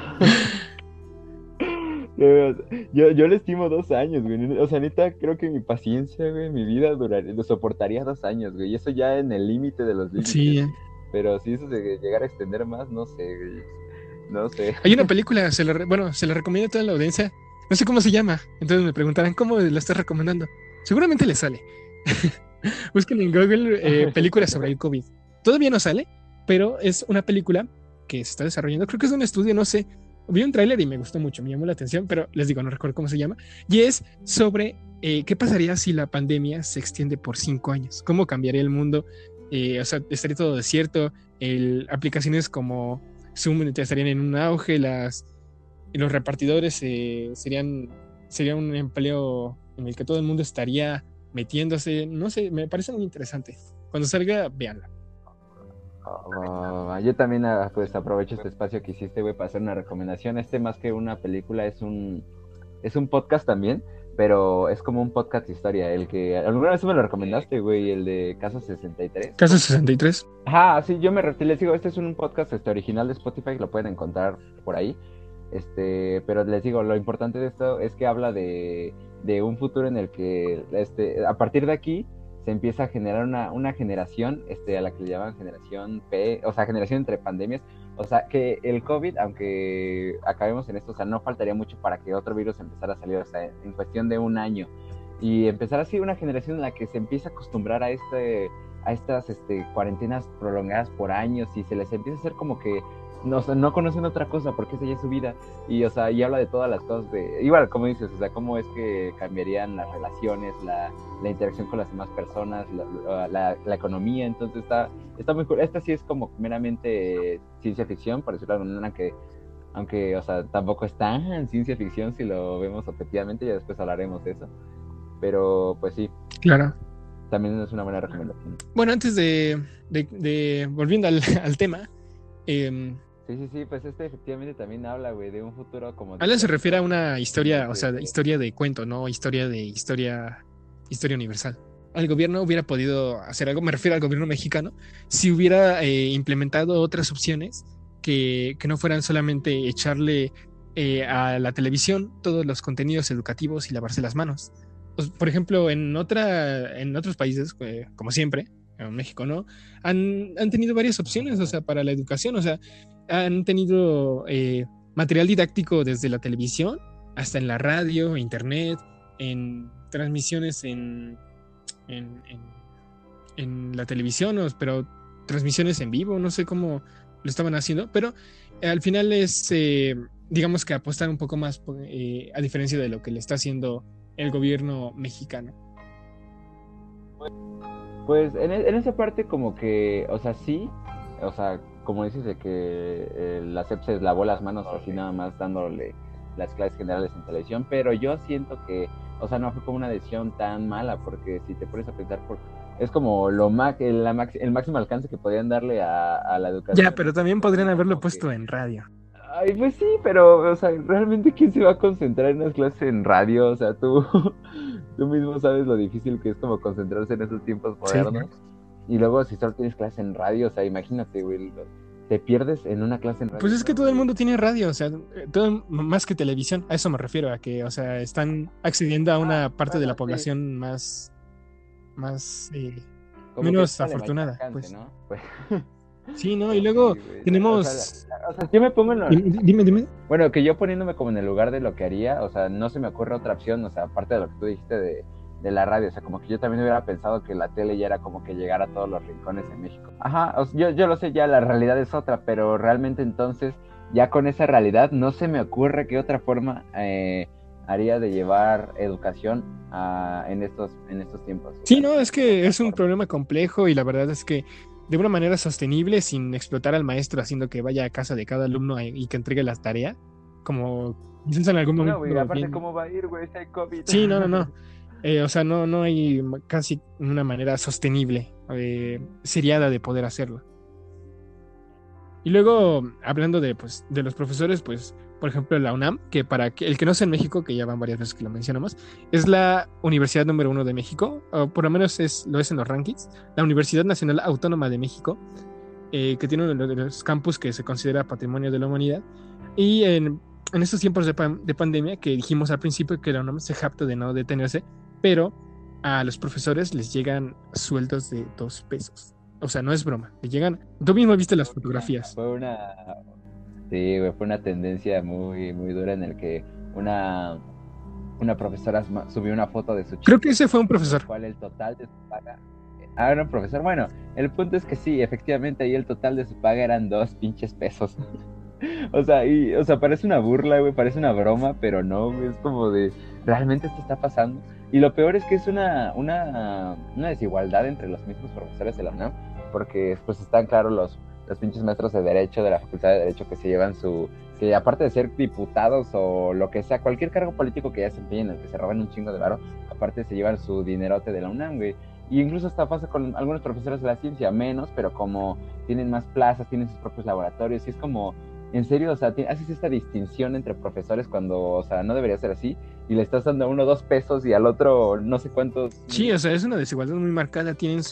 Yo le estimo 2 años, güey. O sea, neta, creo que mi paciencia, güey, mi vida duraría, lo soportaría 2 años, güey. Y eso ya en el límite de los límites. Sí, Pero si eso de llegar a extender más, no sé, güey. No sé. hay una película, bueno, se la recomiendo a toda la audiencia. No sé cómo se llama. Entonces me preguntarán cómo la estás recomendando. Seguramente le sale. Busquen en Google películas sobre el COVID. Todavía no sale, pero es una película que se está desarrollando. Creo que es un estudio, no sé. Vi un tráiler y me gustó mucho, me llamó la atención, pero les digo, no recuerdo cómo se llama. Y es sobre qué pasaría si la pandemia se extiende por 5 años. ¿Cómo cambiaría el mundo? O sea, estaría todo desierto. Aplicaciones como Zoom estarían en un auge. Los repartidores sería un empleo en el que todo el mundo estaría metiéndose. No sé, me parece muy interesante. Cuando salga, véanla. Yo también, pues, aprovecho este espacio que hiciste, güey, para hacer una recomendación. Más que una película, es un podcast también, pero es como un podcast de historia. El que alguna vez me lo recomendaste, güey, el de Caso 63. Caso 63. Ajá, sí, les digo, este es un podcast original de Spotify, lo pueden encontrar por ahí. Pero les digo, lo importante de esto es que habla de un futuro en el que a partir de aquí se empieza a generar una generación a la que le llaman generación P, o sea, generación entre pandemias. O sea, que el COVID, aunque acabemos en esto, o sea, no faltaría mucho para que otro virus empezara a salir, o sea, en cuestión de un año. Y empezar así una generación en la que se empieza a acostumbrar a estas cuarentenas prolongadas por años, y se les empieza a hacer como que no conocen otra cosa porque esa ya es su vida. Y, o sea, y habla de todas las cosas igual, como dices, o sea, cómo es que cambiarían las relaciones, la interacción con las demás personas, la economía. Entonces está muy cool. Esta sí es como meramente ciencia ficción, por decirlo de alguna manera, aunque, o sea, tampoco es tan ciencia ficción si lo vemos objetivamente, ya después hablaremos de eso. Pero, pues sí, Claro. también es una buena recomendación. Bueno, antes volviendo al tema, Sí, pues efectivamente también habla, güey, de un futuro como Alan se refiere a distópico, una en historia, el o sea, que... historia de cuento, no historia historia universal. El gobierno hubiera podido hacer algo, me refiero al gobierno mexicano, si hubiera implementado otras opciones que no fueran solamente echarle a la televisión todos los contenidos educativos y lavarse las manos. Pues, por ejemplo, en otros países, como siempre, en México, ¿no? Han tenido varias opciones, o sea, para la educación, o sea, han tenido material didáctico desde la televisión hasta en la radio, internet, en transmisiones en, en- en la televisión, pero transmisiones en vivo, no sé cómo lo estaban haciendo, pero al final es, digamos que apostar un poco más, a diferencia de lo que le está haciendo el gobierno mexicano. Pues en esa parte como que, o sea, sí, o sea, como dices de que la SEP se lavó las manos así nada más dándole las clases generales en televisión, pero yo siento que, o sea, no fue como una decisión tan mala, porque si te pones a pensar, es como el máximo alcance que podían darle a la Ya, educación, pero ¿no? también Porque podrían ahorita haberlo como que puesto en radio. ay, pues sí, pero, o sea, realmente ¿quién se va a concentrar en unas clases en radio? O sea, tú mismo sabes lo difícil que es como concentrarse en esos tiempos Sí. modernos. Y luego si solo tienes clase en radio, o sea, imagínate, güey, te pierdes en una clase en Pues radio, es que ¿no, todo el güey? mundo tiene radio, o sea, todo más que televisión, a eso me refiero, a que, o sea, están accediendo a Ah, una parte de la bueno, sí, población más, como que menos dale mayor afortunada, alcance, pues. ¿no? Pues, Sí, ¿no? Y pues luego sí, güey. O sea, tenemos... o sea, yo me pongo en lo, Dime. bueno, que yo poniéndome como en el lugar de lo que haría, o sea, no se me ocurre otra opción, o sea, aparte de lo que tú dijiste de la radio, o sea, como que yo también hubiera pensado que la tele ya era como que llegar a todos los rincones en México. Ajá, o sea, yo lo sé, ya la realidad es otra, pero realmente entonces, ya con esa realidad, no se me ocurre qué otra forma haría de llevar educación en estos tiempos, o Sí, sea, no, es de que otra es un forma. problema complejo y la verdad es que de una manera sostenible, sin explotar al maestro, haciendo que vaya a casa de cada alumno y que entregue las tareas, como quizás en algún No, güey, momento aparte, bien. ¿cómo va a ir, güey, si hay COVID? Sí, no. O sea, no hay casi una manera sostenible, seriada de poder hacerlo. Y luego, hablando de, pues, de los profesores, pues, por ejemplo, la UNAM, que para el que no sea en México, que ya van varias veces que lo mencionamos, es la universidad número uno de México, o por lo menos lo es en los rankings, la Universidad Nacional Autónoma de México, que tiene uno de los campus que se considera patrimonio de la humanidad. Y en estos tiempos de pandemia, que dijimos al principio que la UNAM se jacta de no detenerse, pero a los profesores les llegan sueldos de 2 pesos. O sea, no es broma. Le llegan. Tú mismo viste las fotografías. Fue una, sí, güey, fue una tendencia muy, muy dura en el que una, una profesora subió una foto de su Creo que cheque, ese fue un en el profesor. cual el total de su paga. Ah, era un profesor. Bueno, el punto es que sí, efectivamente, ahí el total de su paga eran 2 pinches pesos. O sea, parece una burla, güey, parece una broma, pero no, güey, es como de, ¿realmente esto está pasando? Y lo peor es que es una desigualdad entre los mismos profesores de la UNAM, porque pues están claros los pinches maestros de Derecho, de la Facultad de Derecho, que se llevan que aparte de ser diputados o lo que sea, cualquier cargo político que ya desempeñen, en el que se roban un chingo de varo, aparte se llevan su dinerote de la UNAM, güey. Y incluso hasta pasa con algunos profesores de la ciencia, menos, pero como tienen más plazas, tienen sus propios laboratorios, y es como, en serio, o sea, haces esta distinción entre profesores cuando, o sea, no debería ser así, y le estás dando a uno 2 pesos y al otro no sé cuántos Sí, o miles. sea, es una desigualdad muy marcada. Tienen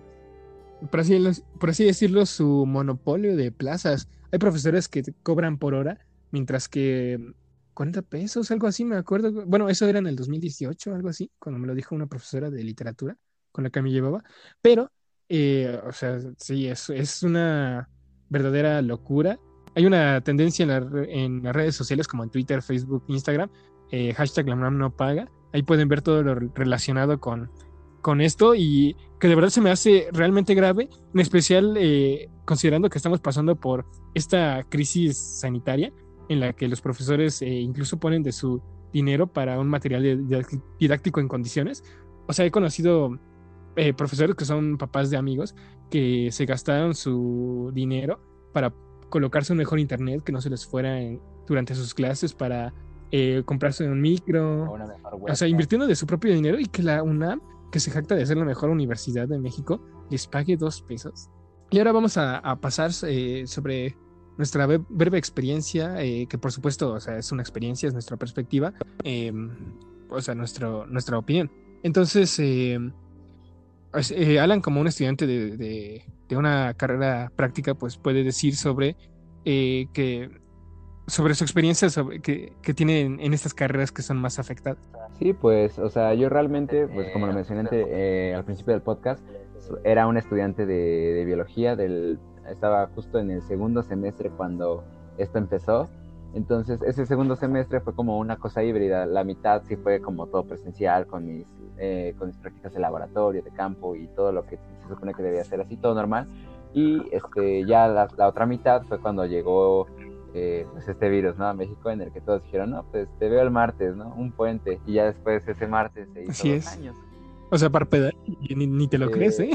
por así decirlo, su monopolio de plazas. Hay profesores que te cobran por hora, mientras que 40 pesos, algo así, me acuerdo. Bueno, eso era en el 2018, algo así, cuando me lo dijo una profesora de literatura con la que me llevaba. Pero, o sea, sí, es una verdadera locura. Hay una tendencia en las redes sociales como en Twitter, Facebook, Instagram, hashtag la UNAM no paga. Ahí pueden ver todo lo relacionado con esto y que de verdad se me hace realmente grave, en especial considerando que estamos pasando por esta crisis sanitaria en la que los profesores incluso ponen de su dinero para un material didáctico en condiciones. O sea, he conocido profesores que son papás de amigos que se gastaron su dinero para colocarse un mejor internet que no se les fuera durante sus clases, para comprarse un O micro, una mejor o sea, webcam. invirtiendo de su propio dinero y que la UNAM, que se jacta de ser la mejor universidad de México, les pague 2 pesos. Y ahora vamos a pasar sobre nuestra breve experiencia, que por supuesto, o sea, es una experiencia, es nuestra perspectiva, eh, o sea, nuestra opinión. Entonces, Alan, como un estudiante de una carrera práctica, pues puede decir sobre que sobre su experiencia que tienen en estas carreras que son más afectadas. Sí, pues, o sea, yo realmente, pues como lo mencioné al principio del podcast, era un estudiante de biología, estaba justo en el segundo semestre cuando esto empezó. Entonces, ese segundo semestre fue como una cosa híbrida. La mitad sí fue como todo presencial, con mis prácticas de laboratorio, de campo y todo lo que se supone que debía ser así, todo normal. Y ya la otra mitad fue cuando llegó pues este virus, ¿no? A México, en el que todos dijeron, no, pues te veo el martes, ¿no? Un puente. Y ya después ese martes se hizo Así dos es. años. O sea, parpadea y ni te lo crees, ¿eh? Eh,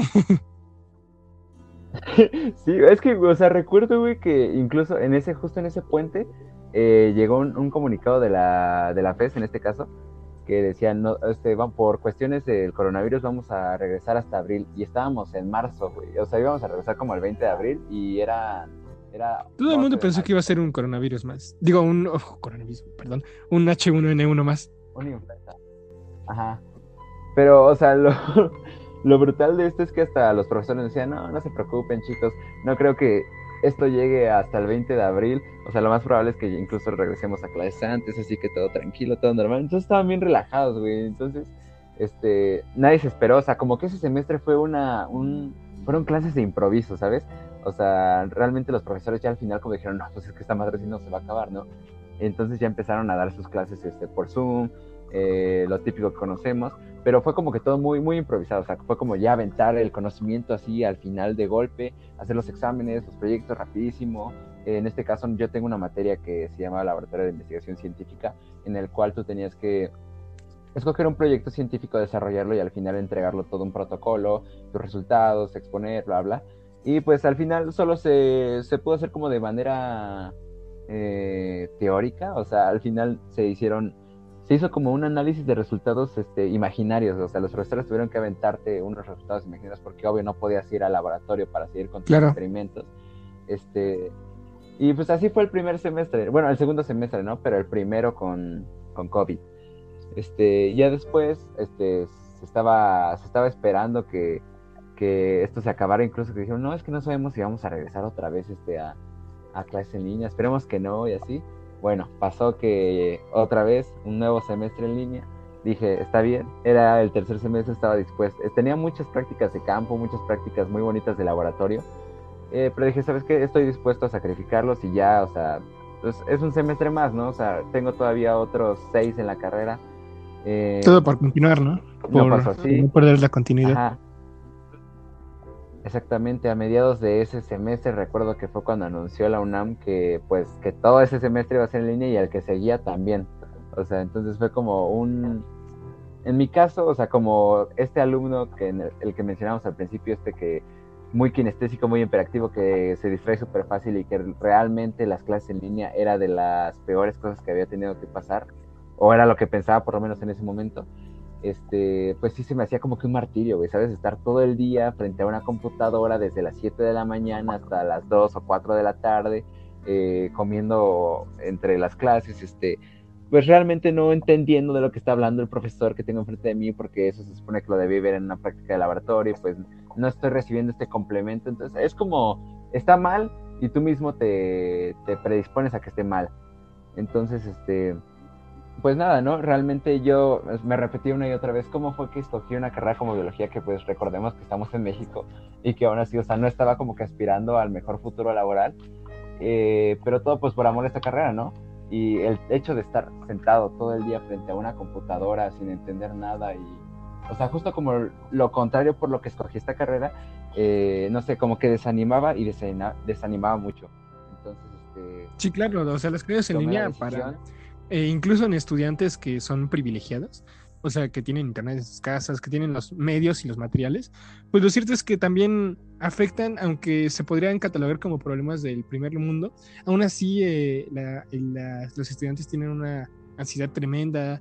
sí, es que, o sea, recuerdo, güey, que incluso justo en ese puente, llegó un comunicado de la FES, en este caso, que decían, no, por cuestiones del coronavirus vamos a regresar hasta abril. Y estábamos en marzo, güey. O sea, íbamos a regresar como el 20 de abril y era Todo el 12 mundo de pensó que iba mayo. a ser un coronavirus más. Digo, coronavirus, perdón. Un H1N1 más. Una influenza. Ajá. Pero, o sea, lo brutal de esto es que hasta los profesores decían, no, no se preocupen, chicos, no creo que esto llegue hasta el 20 de abril, o sea, lo más probable es que incluso regresemos a clases antes, así que todo tranquilo, todo normal. Entonces estaban bien relajados, güey. Entonces, nadie se esperó, o sea, como que ese semestre fueron clases de improviso, ¿sabes? O sea, realmente los profesores ya al final como dijeron, no, pues es que esta madre sí no se va a acabar, ¿no? Entonces ya empezaron a dar sus clases por Zoom, lo típico que conocemos, pero fue como que todo muy, muy improvisado, o sea, fue como ya aventar el conocimiento así al final de golpe, hacer los exámenes, los proyectos rapidísimo. En este caso yo tengo una materia que se llama Laboratorio de Investigación Científica, en el cual tú tenías que escoger un proyecto científico, desarrollarlo y al final entregarlo todo un protocolo, tus resultados, exponer, bla, bla. Y pues al final solo se pudo hacer como de manera teórica, o sea, al final se hizo como un análisis de resultados imaginarios, o sea, los profesores tuvieron que aventarte unos resultados imaginarios porque obvio no podías ir al laboratorio para seguir con tus Claro. experimentos. Este, y pues así fue el primer semestre, bueno, el segundo semestre, ¿no? Pero el primero con COVID. Ya después, se estaba esperando que esto se acabara, incluso que dijeron, no, es que no sabemos si vamos a regresar otra vez a clase en línea, esperemos que no, y así. Bueno, pasó que otra vez, un nuevo semestre en línea, dije, está bien, era el tercer semestre, estaba dispuesto, tenía muchas prácticas de campo, muchas prácticas muy bonitas de laboratorio, pero dije, ¿sabes qué? Estoy dispuesto a sacrificarlos y ya, o sea, pues es un semestre más, ¿no? O sea, tengo todavía otros 6 en la carrera. Todo Eh, por continuar, ¿no? Todo pasó Por no así. perder la continuidad. Ajá, exactamente. A mediados de ese semestre recuerdo que fue cuando anunció la UNAM que todo ese semestre iba a ser en línea y el que seguía también. O sea, entonces fue como en mi caso, o sea, como este alumno el que mencionamos al principio, que muy kinestésico, muy hiperactivo, que se distrae súper fácil y que realmente las clases en línea era de las peores cosas que había tenido que pasar, o era lo que pensaba por lo menos en ese momento. Pues sí se me hacía como que un martirio, güey, ¿sabes? Estar todo el día frente a una computadora desde las 7 de la mañana hasta las 2 o 4 de la tarde, comiendo entre las clases, pues realmente no entendiendo de lo que está hablando el profesor que tengo enfrente de mí, porque eso se supone que lo debí ver en una práctica de laboratorio, pues no estoy recibiendo este complemento, entonces es como, está mal y tú mismo te predispones a que esté mal. Entonces, pues nada, ¿no? Realmente yo me repetí una y otra vez cómo fue que escogí una carrera como biología, que pues recordemos que estamos en México y que aún así, o sea, no estaba como que aspirando al mejor futuro laboral, pero todo pues por amor a esta carrera, ¿no? Y el hecho de estar sentado todo el día frente a una computadora sin entender nada o sea, justo como lo contrario por lo que escogí esta carrera, no sé, como que desanimaba y desanimaba mucho. Entonces, Sí, claro, o sea, las clases en tomé la línea para, decisión. incluso en estudiantes que son privilegiados, o sea, que tienen internet en sus casas, que tienen los medios y los materiales, pues lo cierto es que también afectan, aunque se podrían catalogar como problemas del primer mundo, aún así los estudiantes tienen una ansiedad tremenda,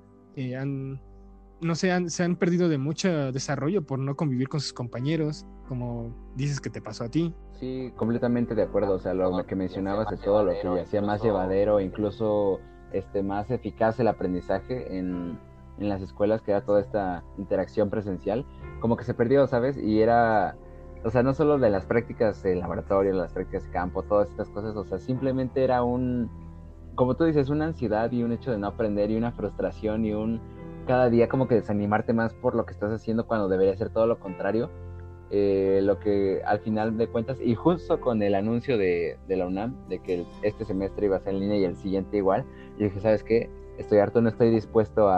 no sé, se han perdido de mucho desarrollo por no convivir con sus compañeros, como dices que te pasó a ti. Sí, completamente de acuerdo. O sea, lo que mencionabas de todo lo que hacía más llevadero, incluso más eficaz el aprendizaje en las escuelas, que era toda esta interacción presencial, como que se perdió, ¿sabes? Y era, o sea, no solo de las prácticas de laboratorio, las prácticas de campo, todas estas cosas, o sea, simplemente era como tú dices, una ansiedad y un hecho de no aprender y una frustración y cada día como que desanimarte más por lo que estás haciendo cuando debería ser todo lo contrario. Lo que al final de cuentas, y justo con el anuncio de la UNAM, de que este semestre iba a ser en línea y el siguiente igual, yo dije, ¿sabes qué? Estoy harto, no estoy dispuesto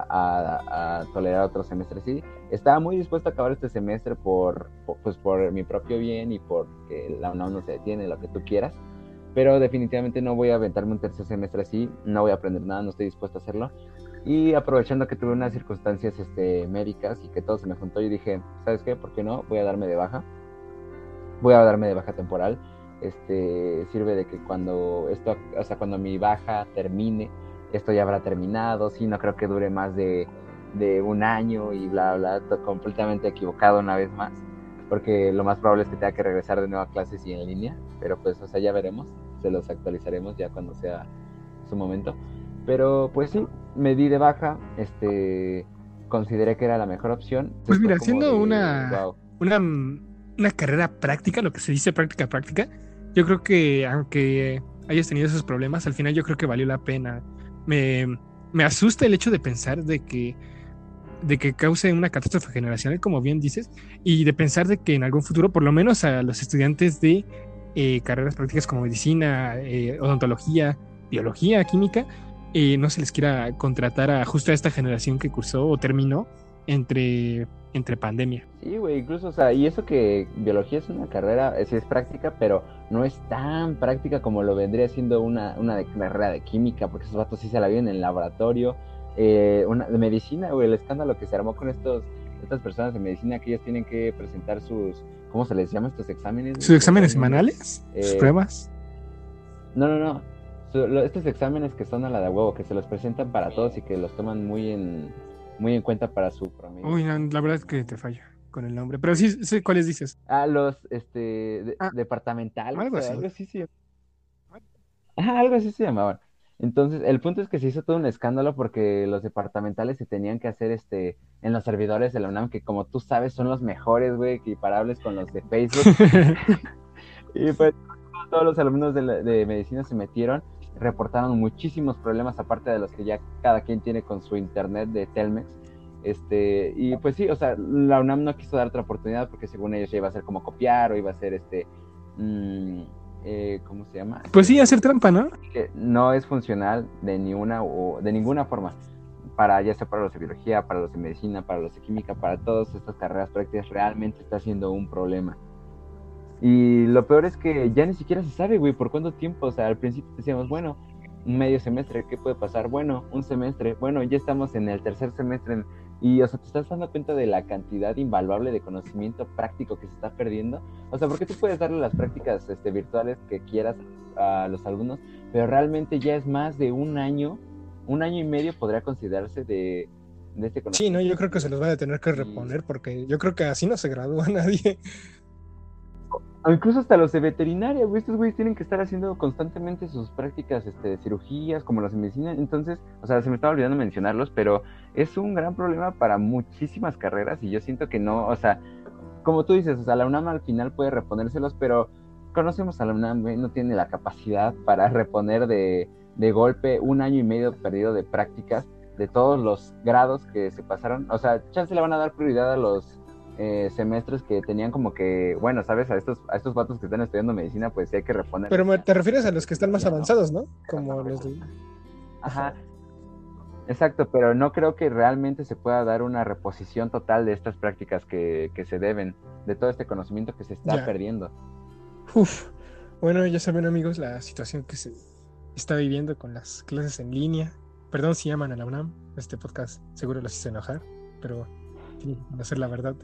a tolerar otro semestre así. Estaba muy dispuesto a acabar este semestre por mi propio bien y porque la UNAM no se detiene, lo que tú quieras, pero definitivamente no voy a aventarme un tercer semestre así, no voy a aprender nada, no estoy dispuesto a hacerlo. Y aprovechando que tuve unas circunstancias médicas y que todo se me juntó, y dije, ¿sabes qué? ¿Por qué no? Voy a darme de baja. Voy a darme de baja temporal. Sirve de que cuando mi baja termine, esto ya habrá terminado. Sí, no creo que dure más de un año y bla, bla, completamente equivocado una vez más. Porque lo más probable es que tenga que regresar de nuevo a clases y en línea. Pero pues, ya veremos. Se los actualizaremos ya cuando sea su momento. Pero pues sí, me di de baja, consideré que era la mejor opción. Pues mira, siendo una carrera práctica, lo que se dice práctica, yo creo que aunque hayas tenido esos problemas, al final yo creo que valió la pena. Me asusta el hecho de pensar de que cause una catástrofe generacional, como bien dices, y de pensar de que en algún futuro, por lo menos a los estudiantes de carreras prácticas como medicina, odontología, biología, química, no se les quiera contratar justo a esta generación que cursó o terminó entre pandemia. Sí, güey, incluso, y eso que biología es una carrera, sí es práctica, pero no es tan práctica como lo vendría siendo una carrera de química, porque esos vatos sí se la viven en el laboratorio. Una de medicina, güey, el escándalo que se armó con estas personas de medicina, que ellas tienen que presentar ¿cómo se les llama estos exámenes? ¿Sus exámenes semanales? ¿Sus pruebas? No. Estos exámenes que son a la de huevo, que se los presentan para todos y que los toman muy en cuenta para su promedio. Uy, no, la verdad es que te fallo con el nombre, pero sí sé cuáles dices. Los departamentales. Algo así. Algo así se llamaban. Entonces, el punto es que se hizo todo un escándalo porque los departamentales se tenían que hacer en los servidores de la UNAM, que como tú sabes son los mejores, güey, equiparables con los de Facebook. Y pues todos los alumnos de medicina se metieron, reportaron muchísimos problemas, aparte de los que ya cada quien tiene con su internet de Telmex. Y pues sí, la UNAM no quiso dar otra oportunidad porque según ellos ya iba a ser como copiar o iba a ser ¿cómo se llama? Pues sí, hacer trampa, ¿no? Que no es funcional de ninguna forma, ya sea para los de biología, para los de medicina, para los de química, para todas estas carreras prácticas, realmente está siendo un problema. Y lo peor es que ya ni siquiera se sabe, güey, por cuánto tiempo. Al principio decíamos, bueno, un medio semestre, ¿qué puede pasar? Bueno, un semestre, bueno, ya estamos en el tercer semestre. Y, te estás dando cuenta de la cantidad invaluable de conocimiento práctico que se está perdiendo. Porque tú puedes darle las prácticas virtuales que quieras a los alumnos, pero realmente ya es más de un año y medio podría considerarse de este conocimiento. Sí, no, yo creo que se los van a tener que reponer porque yo creo que así no se gradúa nadie. O incluso hasta los de veterinaria, güey, estos güeyes tienen que estar haciendo constantemente sus prácticas de cirugías, como los de medicina. Entonces, se me estaba olvidando mencionarlos, pero es un gran problema para muchísimas carreras y yo siento que no, como tú dices, la UNAM al final puede reponérselos, pero conocemos a la UNAM, güey, no tiene la capacidad para reponer de golpe un año y medio perdido de prácticas de todos los grados que se pasaron. Chance le van a dar prioridad a los semestres que tenían como que, bueno, sabes, a estos vatos que están estudiando medicina, pues sí hay que reponer. Pero te refieres a los que están más avanzados, ¿no? Como los de... Ajá, exacto, pero no creo que realmente se pueda dar una reposición total de estas prácticas que se deben, de todo este conocimiento que se está perdiendo. Bueno, ya saben, amigos, la situación que se está viviendo con las clases en línea. Perdón si llaman a la UNAM, este podcast seguro los hizo enojar, pero conocer la verdad.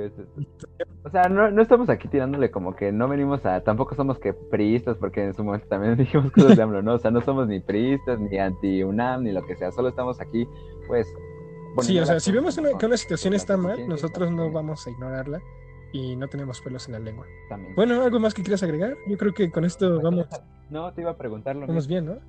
No estamos aquí tirándole como que no venimos tampoco somos que priistas, porque en su momento también dijimos cosas de AMLO, ¿no? No somos ni priistas, ni anti-UNAM, ni lo que sea, solo estamos aquí, pues... Sí, si vemos que una situación está mal, nosotros no vamos a ignorarla y no tenemos pelos en la lengua. También. Bueno, ¿algo más que quieras agregar? Yo creo que con esto vamos... No, te iba a preguntarlo. Vamos bien, ¿no?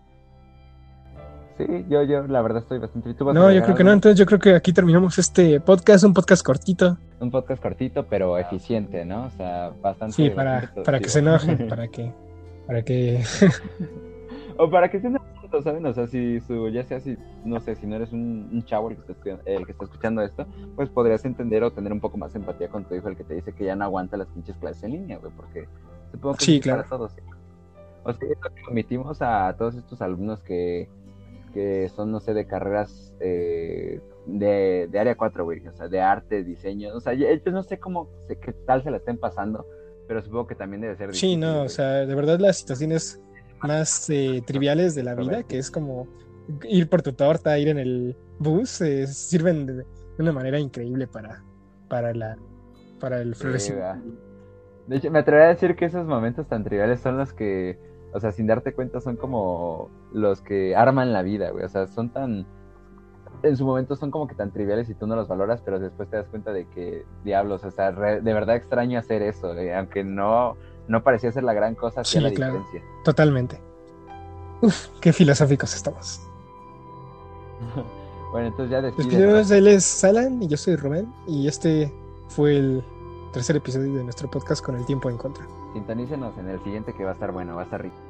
Sí, yo la verdad estoy bastante... No, yo creo que no, entonces yo creo que aquí terminamos este podcast, un podcast cortito. Un podcast cortito, pero eficiente, ¿no? Bastante... Sí, para que se enojen, para que... O para que estén juntos, ¿saben? O sea, si ya sea si, no sé, si no eres un chavo el que está escuchando esto, pues podrías entender o tener un poco más empatía con tu hijo, el que te dice que ya no aguanta las pinches clases en línea, güey, porque supongo que es Sí, así para claro. todos. ¿Sí? O sea, es lo que omitimos a todos estos alumnos que son, no sé, de carreras de área 4 güey, o sea, de arte, diseño, o sea, ellos no sé qué tal se la estén pasando, pero supongo que también debe ser Sí, difícil, no, o güey. sea, de verdad las situaciones más triviales de la vida, que es como ir por tu torta, ir en el bus, sirven de una manera increíble para la, para el Sí, florecimiento. va. De hecho, me atrevería a decir que esos momentos tan triviales son los que, o sea, sin darte cuenta, son como los que arman la vida, güey. O sea, son tan, en su momento son como que tan triviales y tú no los valoras, pero después te das cuenta de que, diablos, o sea, de verdad extraño hacer eso, güey. Aunque no parecía ser la gran cosa, hacía la Sí, claro, diferencia. totalmente. Uf, qué filosóficos estamos. Bueno, entonces ya despídete. Despedimos, él es Alan y yo soy Rubén, y este fue el tercer episodio de nuestro podcast con el tiempo en contra. Sintonícenos en el siguiente que va a estar bueno, va a estar rico.